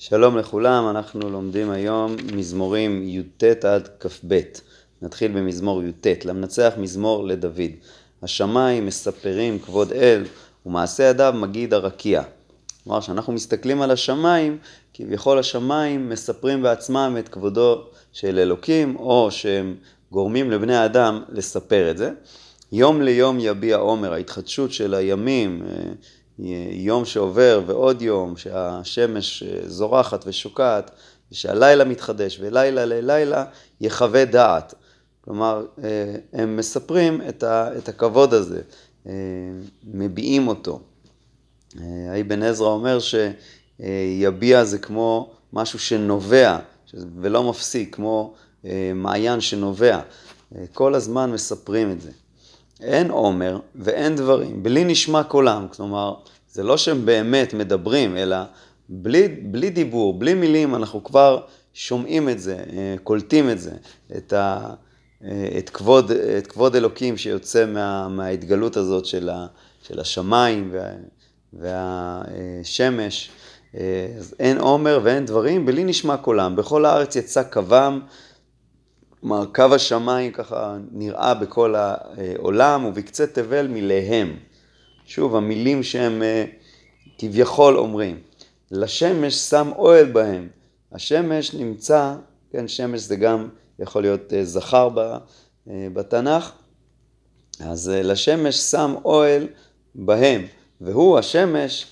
שלום לכולם, אנחנו לומדים היום מזמורים י"ט עד כ"ב. נתחיל במזמור י"ט. למנצח מזמור לדוד. השמיים מספרים כבוד אל ומעשה ידיו מגיד הרקיע. כלומר שאנחנו מסתכלים על השמיים, כביכול השמיים מספרים בעצמם את כבודו של אלוקים, או שהם גורמים לבני האדם לספר את זה. יום ליום יביע עומר, ההתחדשות של הימים, יום שעובר ועוד יום, שהשמש זורחת ושוקעת, ושהלילה מתחדש ולילה ללילה יחווה דעת. כלומר, הם מספרים את הכבוד הזה, מביעים אותו. אבן עזרא אומר שיביע זה כמו משהו שנובע ולא מפסיק, כמו מעיין שנובע. כל הזמן מספרים את זה. אין עומר ואין דברים, בלי נשמע קולם. כלומר, זה לא שהם באמת מדברים, אלא בלי דיבור, בלי מילים, אנחנו כבר שומעים את זה, קולטים את זה, את כבוד אלוקים שיוצא מההתגלות הזאת של השמיים והשמש. אז אין עומר ואין דברים, בלי נשמע קולם. בכל הארץ יצא קוום, כלומר, קו השמיים ככה נראה בכל העולם, ובקצה תבל מלהם. שוב, המילים שהם כביכול אומרים. לשמש שם אוהל בהם. השמש נמצא, כן, שמש זה גם יכול להיות זכר בתנ"ך. אז לשמש שם אוהל בהם. והוא השמש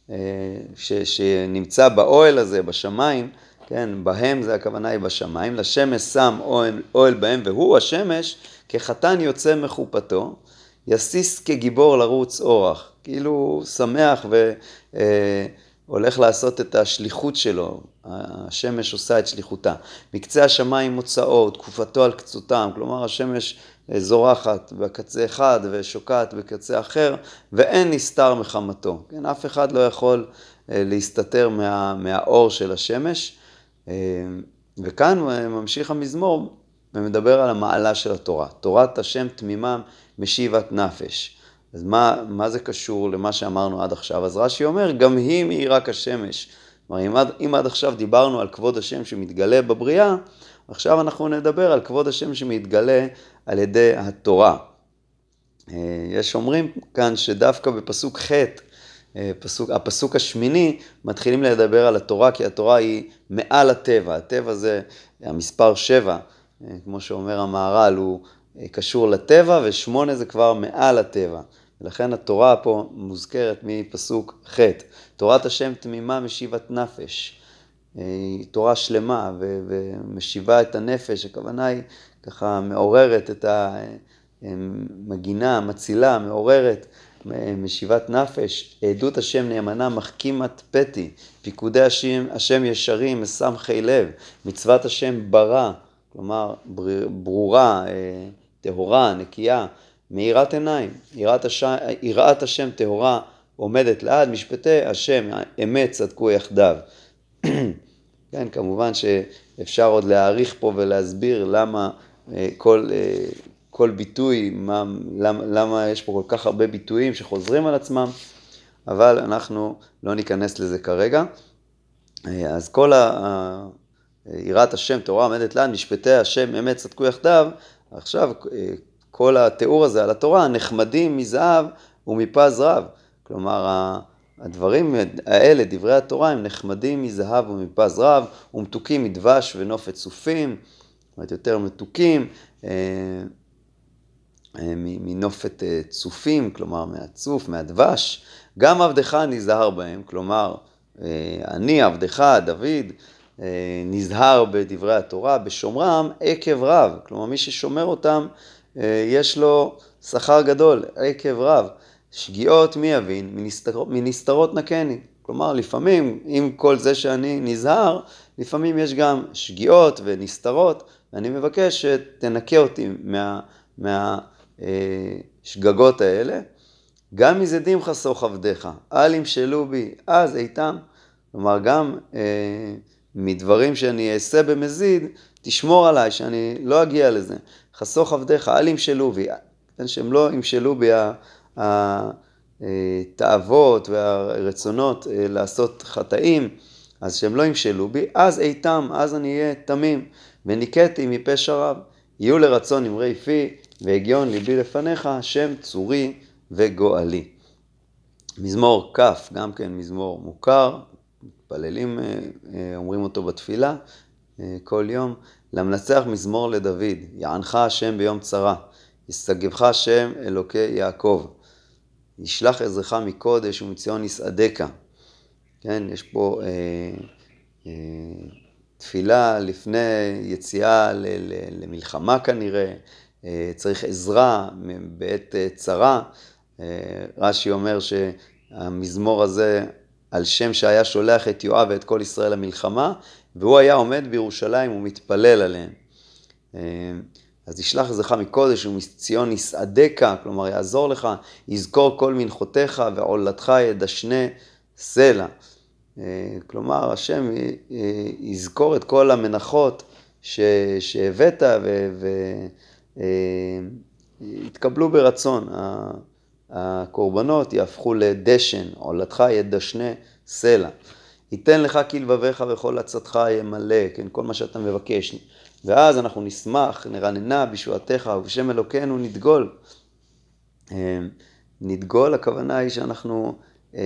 שנמצא באוהל הזה, בשמיים, כן, בהם זה הכוונה היא בשמיים, לשמש שם אוהל בהם, והוא השמש כחתן יוצא מחופתו, יסיס כגיבור לרוץ אורח, כאילו שמח והולך לעשות את השליחות שלו, השמש עושה את שליחותה. מקצה השמיים מוצאו, תקופתו על קצותם, כלומר השמש זורחת בקצה אחד ושוקעת בקצה אחר, ואין נסתר מחמתו, כן, אף אחד לא יכול להסתתר מהאור של השמש. וכאן ממשיך המזמור ומדבר על המעלה של התורה. תורת השם תמימם משיבת נפש. אז מה זה קשור למה שאמרנו עד עכשיו? אז רש"י אומר, גם היא מאירה כשמש. כלומר, אם עד עכשיו דיברנו על כבוד השם שמתגלה בבריאה, עכשיו אנחנו נדבר על כבוד השם שמתגלה על ידי התורה. יש אומרים כאן שדווקא בפסוק ח', הפסוק השמיני, מתחילים לדבר על התורה, כי התורה היא מעל הטבע. הטבע זה המספר 7, כמו שאומר המהר"ל, הוא קשור לטבע, ו8 זה כבר מעל הטבע. ולכן התורה פה מוזכרת מפסוק ח'. תורת השם תמימה משיבת נפש. תורה שלמה ומשיבה את הנפש, הכוונה היא ככה מעוררת את המגינה, מצילה, מעוררת, משיבת נפש. עדות השם נאמנה מחכימת פתי, פיקודי השם ישרים משמחי לב, מצוות השם ברא, כלומר ברורה, טהורה, נקייה, מאירת עיניים, יראת השם טהורה עומדת לעד, משפטי השם אמת צדקו יחדיו. כן, כמובן שאפשר עוד להעריך פה ולהסביר למה כל ביטוי, למה יש פה כל כך הרבה ביטויים שחוזרים על עצמם, אבל אנחנו לא ניכנס לזה כרגע. אז כל יראת השם תורה עומדת לעד, משפטי השם אמת צדקו יחדיו. עכשיו כל התיאור הזה על התורה נחמדים מזהב ומפז רב. כלומר, הדברים האלה, דברי התורה, הם נחמדים מזהב ומפז רב, ומתוקים מדבש ונופת צופים, זאת אומרת יותר מתוקים, מנופת צופים, כלומר מהצוף, מהדבש. גם עבדך נזהר בהם, כלומר אני עבדך דוד נזהר בדברי התורה, בשומרם עקב רב, כלומר מי ששומר אותם יש לו שכר גדול, עקב רב. שגיאות מי יבין, מנסתרות נקני. כלומר לפעמים עם כל זה שאני נזהר, לפעמים יש גם שגיאות ונסתרות, ואני מבקש שתנקה אותי מהשגגות האלה. גם מזדים חסוך עבדיך, אל ימשלו בי, אז איתם. כלומר גם מדברים שאני אעשה במזיד, תשמור עליי שאני לא אגיע לזה. חסוך עבדיך, אל ימשלו בי, שהם לא ימשלו בי התאוות והרצונות לעשות חטאים, אז שהם לא ימשלו בי, אז איתם, אז אני אהיה תמים, וניקטי מפשע רב. יהיו לרצון אמרי פי, והגיון ליבי לפניך, שם צורי וגואלי. מזמור כף, גם כן מזמור מוכר, מתפללים, אומרים אותו בתפילה כל יום. למנצח מזמור לדוד, יענך השם ביום צרה, יסתגבך השם אלוקי יעקב, ישלח עזרך מקודש ומציון יסעדך. כן, יש פה תפילה לפני יציאה למלחמה כנראה, צריך עזרה בעת צרה. רש"י אומר שהמזמור הזה על שם שהיה שולח את יואב ואת כל ישראל למלחמה, והוא היה עומד בירושלים ומתפלל עליהם. אז ישלח עזרך מקודש ומציון יסעדך, כלומר יעזור לך, יזכור כל מנחותיך ועולתך ידשנה סלע. כלומר השם יזכור את כל המנחות שהבאת ויתקבלו ברצון. הקורבנות יהפכו לדשן, עולתך ידשנה סלע. ייתן לך כלבביך וכל עצתך ימלא, כן, כל מה שאתה מבקש. ואז אנחנו נשמח, נרננה בישועתך, ובשם אלוקינו נדגול. נדגול, הכוונה היא שאנחנו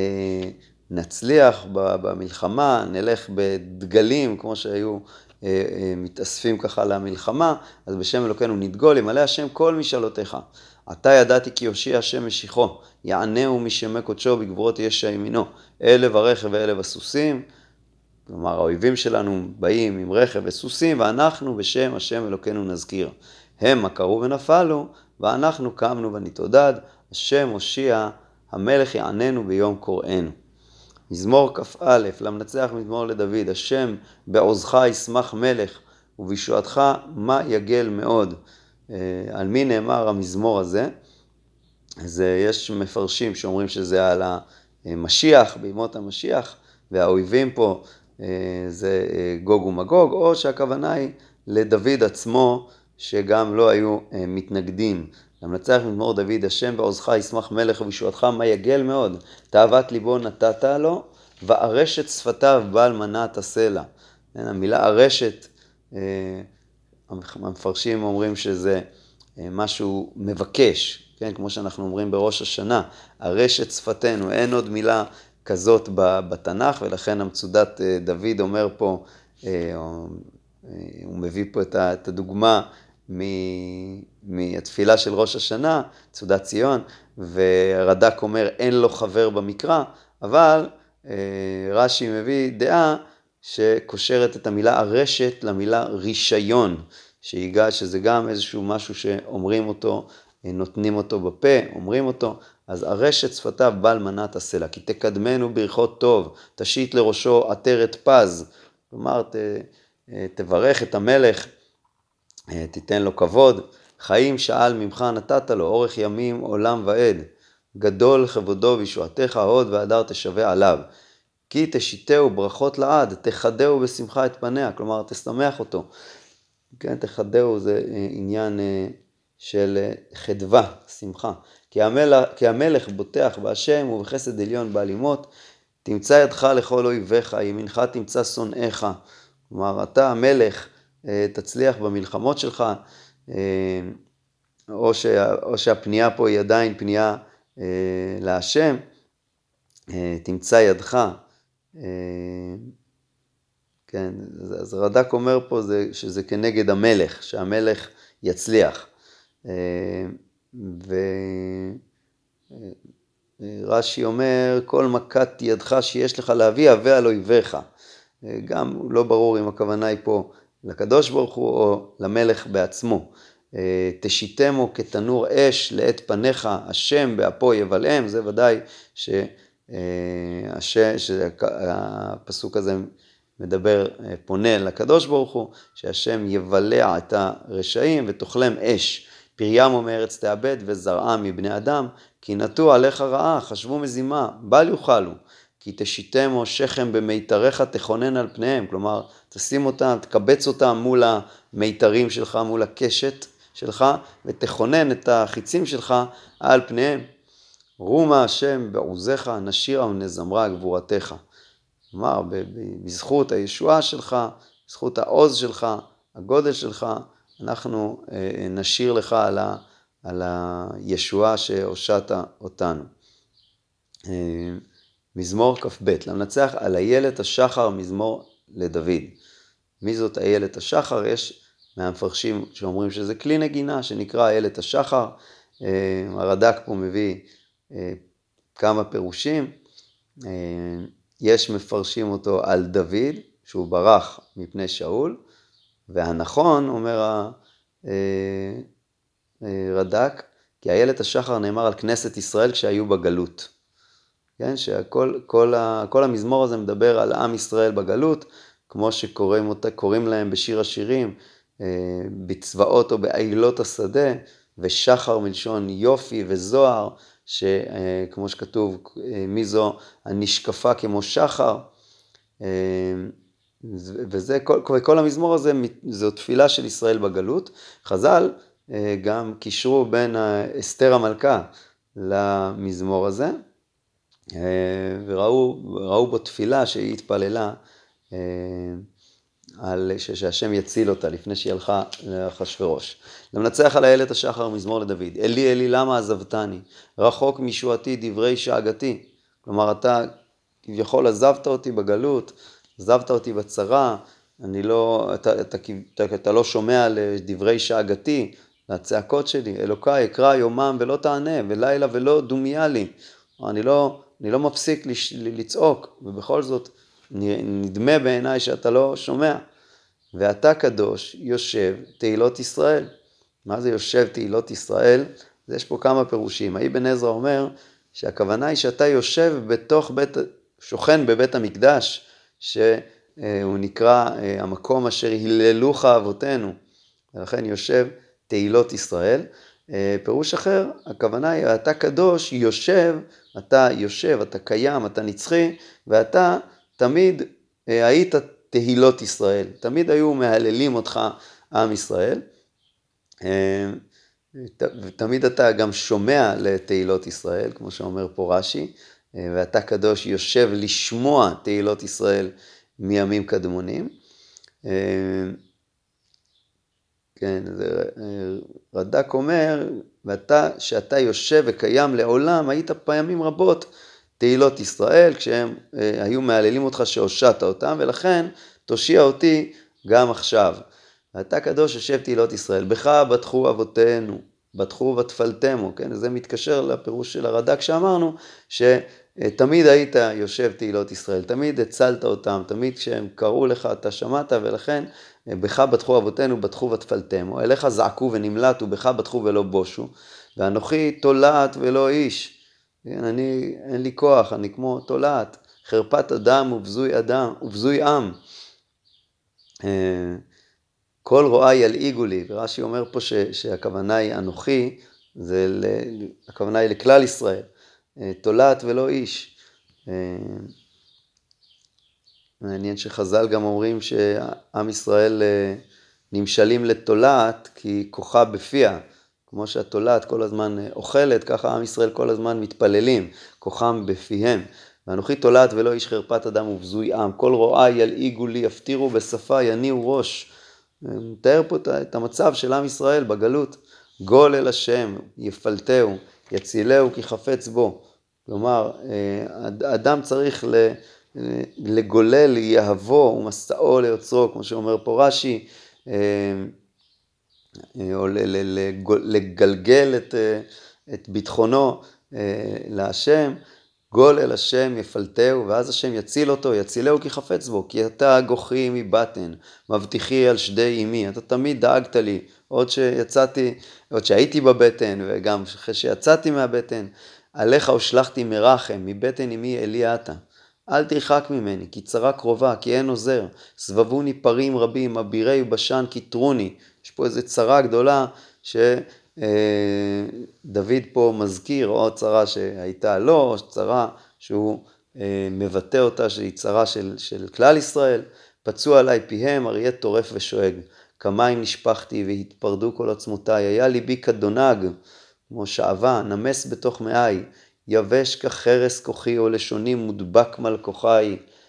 נצליח במלחמה, נלך בדגלים, כמו שהיו מתאספים ככה למלחמה, אז בשם אלוקינו נדגול, ימלא השם כל משאלותיך. אתה ידעתי כי יושיע השם משיחו, יענהו משמי קודשו בגבורות ישע ימינו, אלה ברכב ואלה בסוסים. כלומר, האויבים שלנו באים עם רכב וסוסים, ואנחנו בשם השם אלוקינו נזכיר. הם קראו ונפלו, ואנחנו קמנו ונתעודד, השם הושיע, המלך יעננו ביום קוראנו. מזמור כ"א, למנצח מזמור לדוד, השם בעוזך ישמח מלך, ובישועתך מה יגל מאוד. על מי נאמר המזמור הזה? אז יש מפרשים שאומרים שזה על המשיח, בימות המשיח, והאויבים פה זה גוג ומגוג, או שהכוונה היא לדוד עצמו, שגם לא היו מתנגדים. למנצח מזמור דוד, השם בעוזך ישמח מלך ובישועתך מה יגל מאוד. תאוות ליבו נתת לו, וארשת שפתיו בעל מנת הסלע. המילה ארשת, המפרשים אומרים שזה משהו מבקש, כן? כמו שאנחנו אומרים בראש השנה, ארשת שפתנו, אין עוד מילה כזאת בתנ"ך, ולכן המצודת דוד אומר פה, הוא מביא פה את הדוגמה מהתפילה של ראש השנה, מצודת ציון, ורד"ק אומר אין לו חבר במקרא, אבל רש"י מביא דעה שקושרת את המילה ארשת למילה רישיון, שזה גם איזשהו משהו שאומרים אותו, נותנים אותו בפה, אומרים אותו, אז ארשת שפתיו בעל מנת הסלע, כי תקדמנו ברכות טוב, תשית לראשו עטרת פז, כלומר תברך את המלך, תיתן לו כבוד, חיים שאל ממך נתת לו, אורך ימים עולם ועד, גדול כבודו וישועתך הוד והדר תשווה עליו, כי תשיתהו ברכות לעד, תחדהו בשמחה את פניה, כלומר תשמח אותו, כן, תחדהו זה עניין של חדווה, שמחה, כי המלך בוטח בהשם ובחסד עליון בעלימות, תמצא ידך לכל אויביך, ימינך תמצא שונאיך, כלומר אתה המלך תצליח במלחמות שלך, או שהפנייה פה היא עדיין פנייה להשם, תמצא ידך, כן, אז רד"ק אומר פה שזה כנגד המלך, שהמלך יצליח, ורש"י אומר כל מכת ידך שיש לך להביא הבא על אויביך, גם לא ברור אם הכוונה היא פה לקדוש ברוך הוא או למלך בעצמו. תשיתמו כתנור אש לעת פניך, השם באפו יבלעם, זה ודאי שהפסוק הזה מדבר, פונה לקדוש ברוך הוא, שהשם יבלע את הרשעים ותאכלם אש, פריימו מארץ תאבד וזרעם מבני אדם, כי נטו עליך רעה, חשבו מזימה, בל יוכלו, כי תשיתמו שכם במיתריך תכונן על פניהם, כלומר תשים אותם, תקבץ אותם מול המיתרים שלך, מול הקשת שלך, ותכונן את החיצים שלך על פניהם. רומה השם בעוזך, נשירה ונזמרה גבורתך. כלומר, בזכות הישועה שלך, בזכות העוז שלך, הגודל שלך, אנחנו נשיר לך על הישועה שהושעת אותנו. מזמור כ"ב, למנצח על איילת השחר מזמור לדוד. מי זאת איילת השחר? יש מהמפרשים שאומרים שזה כלי נגינה שנקרא איילת השחר. הרד"ק פה מביא כמה פירושים. יש מפרשים אותו על דוד, שהוא ברח מפני שאול, והנכון, אומר הרד"ק, כי איילת השחר נאמר על כנסת ישראל כשהיו בגלות. כן, כל המזמור הזה מדבר על עם ישראל בגלות, כמו שקוראים להם בשיר השירים, בצבאות או בעילות השדה, ושחר מלשון יופי וזוהר, שכמו שכתוב, מי זו הנשקפה כמו שחר, וכל המזמור הזה זו תפילה של ישראל בגלות. חז"ל גם קישרו בין אסתר המלכה למזמור הזה, וראו בו תפילה שהיא התפללה על שהשם יציל אותה לפני שהיא הלכה לאחשוורוש. למנצח על איילת השחר מזמור לדוד. אלי אלי למה עזבתני? רחוק משועתי דברי שאגתי. כלומר אתה כביכול עזבת אותי בגלות, עזבת אותי בצרה, אתה לא שומע לדברי שאגתי, לצעקות שלי. אלוקיי אקרא יומם ולא תענה, ולילה ולא דומיה לי. אני לא מפסיק לצעוק, ובכל זאת נדמה בעיניי שאתה לא שומע. ואתה קדוש יושב תהילות ישראל. מה זה יושב תהילות ישראל? אז יש פה כמה פירושים. אבן עזרא אומר שהכוונה היא שאתה יושב שוכן בבית המקדש, שהוא נקרא המקום אשר היללוך אבותינו, ולכן יושב תהילות ישראל. פירוש אחר, הכוונה היא, אתה קדוש, אתה יושב, אתה קיים, אתה נצחי, ואתה תמיד היית תהילות ישראל. תמיד היו מהללים אותך עם ישראל, ותמיד אתה גם שומע לתהילות ישראל, כמו שאומר פה רש"י, ואתה קדוש יושב לשמוע תהילות ישראל מימים קדמונים. כן, רד"ק אומר, שאתה יושב וקיים לעולם, היית פעמים רבות תהילות ישראל, כשהם היו מהללים אותך שהושעת אותם, ולכן תושיע אותי גם עכשיו. ואתה קדוש יושב תהילות ישראל, בך בטחו אבותינו, בטחו ותפלתמו, כן? זה מתקשר לפירוש של הרד"ק שאמרנו, שתמיד היית יושב תהילות ישראל, תמיד הצלת אותם, תמיד כשהם קראו לך אתה שמעת, ולכן בך בטחו אבותינו, בטחו ותפלתמו, אליך זעקו ונמלטו, בך בטחו ולא בושו, ואנוכי תולעת ולא איש, אין לי כוח, אני כמו תולעת, חרפת אדם ובזוי עם. כל רואי ילעיגו לי, ורש"י אומר פה שהכוונה היא אנוכי, הכוונה היא לכלל ישראל, תולעת ולא איש. מעניין שחז"ל גם אומרים שעם ישראל נמשלים לתולעת כי כוחה בפיה, כמו שהתולעת כל הזמן אוכלת, ככה עם ישראל כל הזמן מתפללים, כוחם בפיהם. ואנוכי תולעת ולא איש חרפת אדם ובזוי עם, כל רואי ילעיגו לי, יפטירו בשפה, יניעו ראש. מתאר פה את המצב של עם ישראל בגלות. גול אל השם, יפלטהו, יצילהו כי חפץ בו. כלומר, אדם צריך לגולל יהבו ומסעו ליוצרו, כמו שאומר פה רש"י, או לגלגל את ביטחונו להשם. גול אל השם יפלטהו, ואז השם יציל אותו, יצילהו כי חפץ בו, כי אתה גוחי מבטן, מבטיחי על שדי אמי, אתה תמיד דאגת לי, עוד שהייתי בבטן, וגם אחרי שיצאתי מהבטן, עליך הושלחתי מרחם, מבטן אמי אלי אתה. אל תרחק ממני, כי צרה קרובה, כי אין עוזר, סבבוני פרים רבים, אבירי ובשן כתרוני. יש פה איזו צרה גדולה דוד פה מזכיר, או צרה שהייתה לו, או צרה שהוא מבטא אותה, שהיא צרה של כלל ישראל. פצעו עליי פיהם, אריה טורף ושואג. כמים נשפחתי והתפרדו כל עצמותיי. היה ליבי כדונג, כמו שעבה, נמס בתוך מאי. יבש כחרס כוחי, או לשוני מודבק מלכוחי.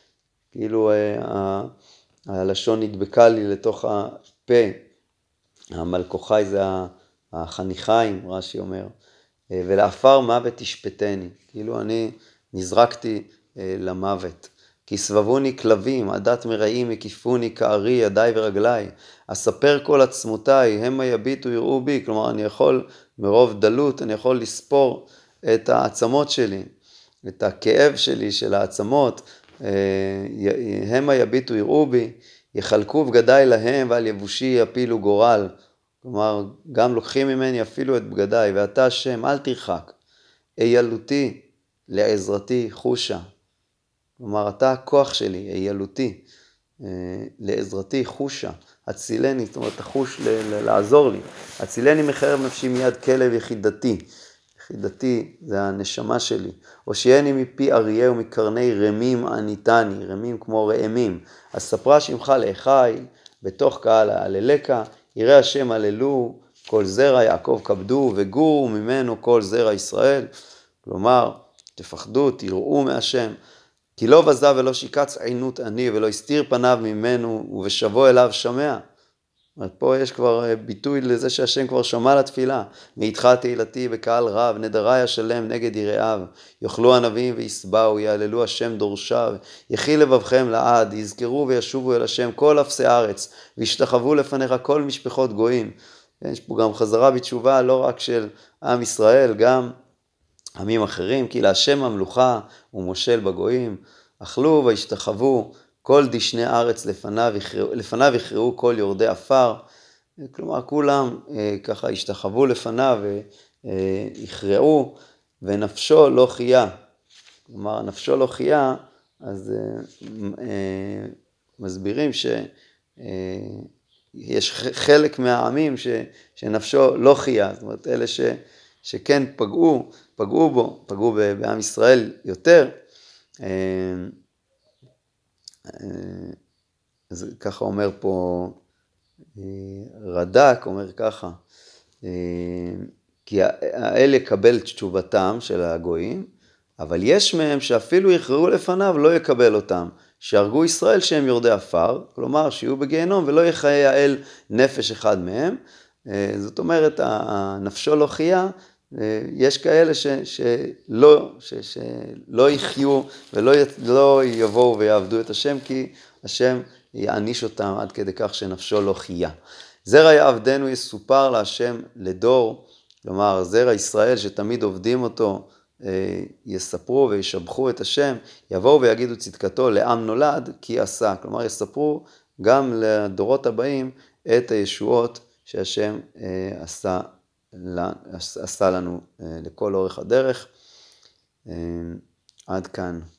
כאילו הלשון נדבקה לי לתוך הפה, המלקוחי זה החניכיים, רש"י אומר, ולעפר מוות תשפטני, כאילו אני נזרקתי למוות. כי סבבוני כלבים, עדת מרעים הקיפוני כארי ידיי ורגליי, אספר כל עצמותיי, המה יביטו יראו בי, כלומר אני יכול מרוב דלות, אני יכול לספור את העצמות שלי, את הכאב שלי של העצמות, המה יביטו יראו בי, יחלקו בגדיי להם ועל יבושי יפילו גורל, כלומר גם לוקחים ממני אפילו את בגדיי, ואתה השם אל תרחק, איילותי לעזרתי חושה, כלומר אתה הכוח שלי, איילותי, לעזרתי חושה, הצילני, זאת אומרת תחוש לעזור לי, הצילני מחרב נפשי מיד כלב יחידתי, יחידתי זה הנשמה שלי, הושיעני מפי אריה ומקרני רמים עניתני, רמים כמו רעמים, אז ספרה שמך לאחי, בתוך קהל ההללך, ירא השם הללו, כל זרע יעקב כבדו, וגורו ממנו כל זרע ישראל, כלומר תפחדו, תראו מהשם, כי לא בזה ולא שיקץ עינות אני, ולא הסתיר פניו ממנו, ובשבו אליו שמע. פה יש כבר ביטוי לזה שהשם כבר שמע לתפילה. מאיתך תהילתי בקהל רב, נדרי השלם נגד יראיו, יאכלו הנביאים ויסבאו, יעללו השם דורשיו, יחי לבבכם לעד, יזכרו וישובו אל השם כל אפסי הארץ, וישתחוו לפניך כל משפחות גויים. יש פה גם חזרה בתשובה לא רק של עם ישראל, גם עמים אחרים, כי להשם המלוכה ומושל בגויים, אכלו וישתחוו כל דשני ארץ לפניו יכרעו כל יורדי עפר, כלומר כולם ככה השתחוו לפניו ויכרעו, ונפשו לא חיה, כלומר נפשו לא חיה, אז מסבירים שיש חלק מהעמים שנפשו לא חיה, זאת אומרת אלה שכן פגעו בו, פגעו בעם ישראל יותר, אז ככה אומר פה רד"ק, אומר ככה, כי האל יקבל את תשובתם של הגויים, אבל יש מהם שאפילו יכרעו לפניו לא יקבל אותם, שהרגו ישראל שהם יורדי עפר, כלומר שיהיו בגיהנום ולא יחיה האל נפש אחד מהם, זאת אומרת הנפשו לא חיה, יש כאלה שלא יחיו ולא יבואו ויעבדו את השם, כי השם יעניש אותם עד כדי כך שנפשו לא חיה. זרע יעבדנו יסופר להשם לדור, כלומר זרע ישראל שתמיד עובדים אותו, יספרו וישבחו את השם, יבואו ויגידו צדקתו לעם נולד כי עשה, כלומר יספרו גם לדורות הבאים את הישועות שהשם עשה לנו לכל אורך הדרך. עד כאן.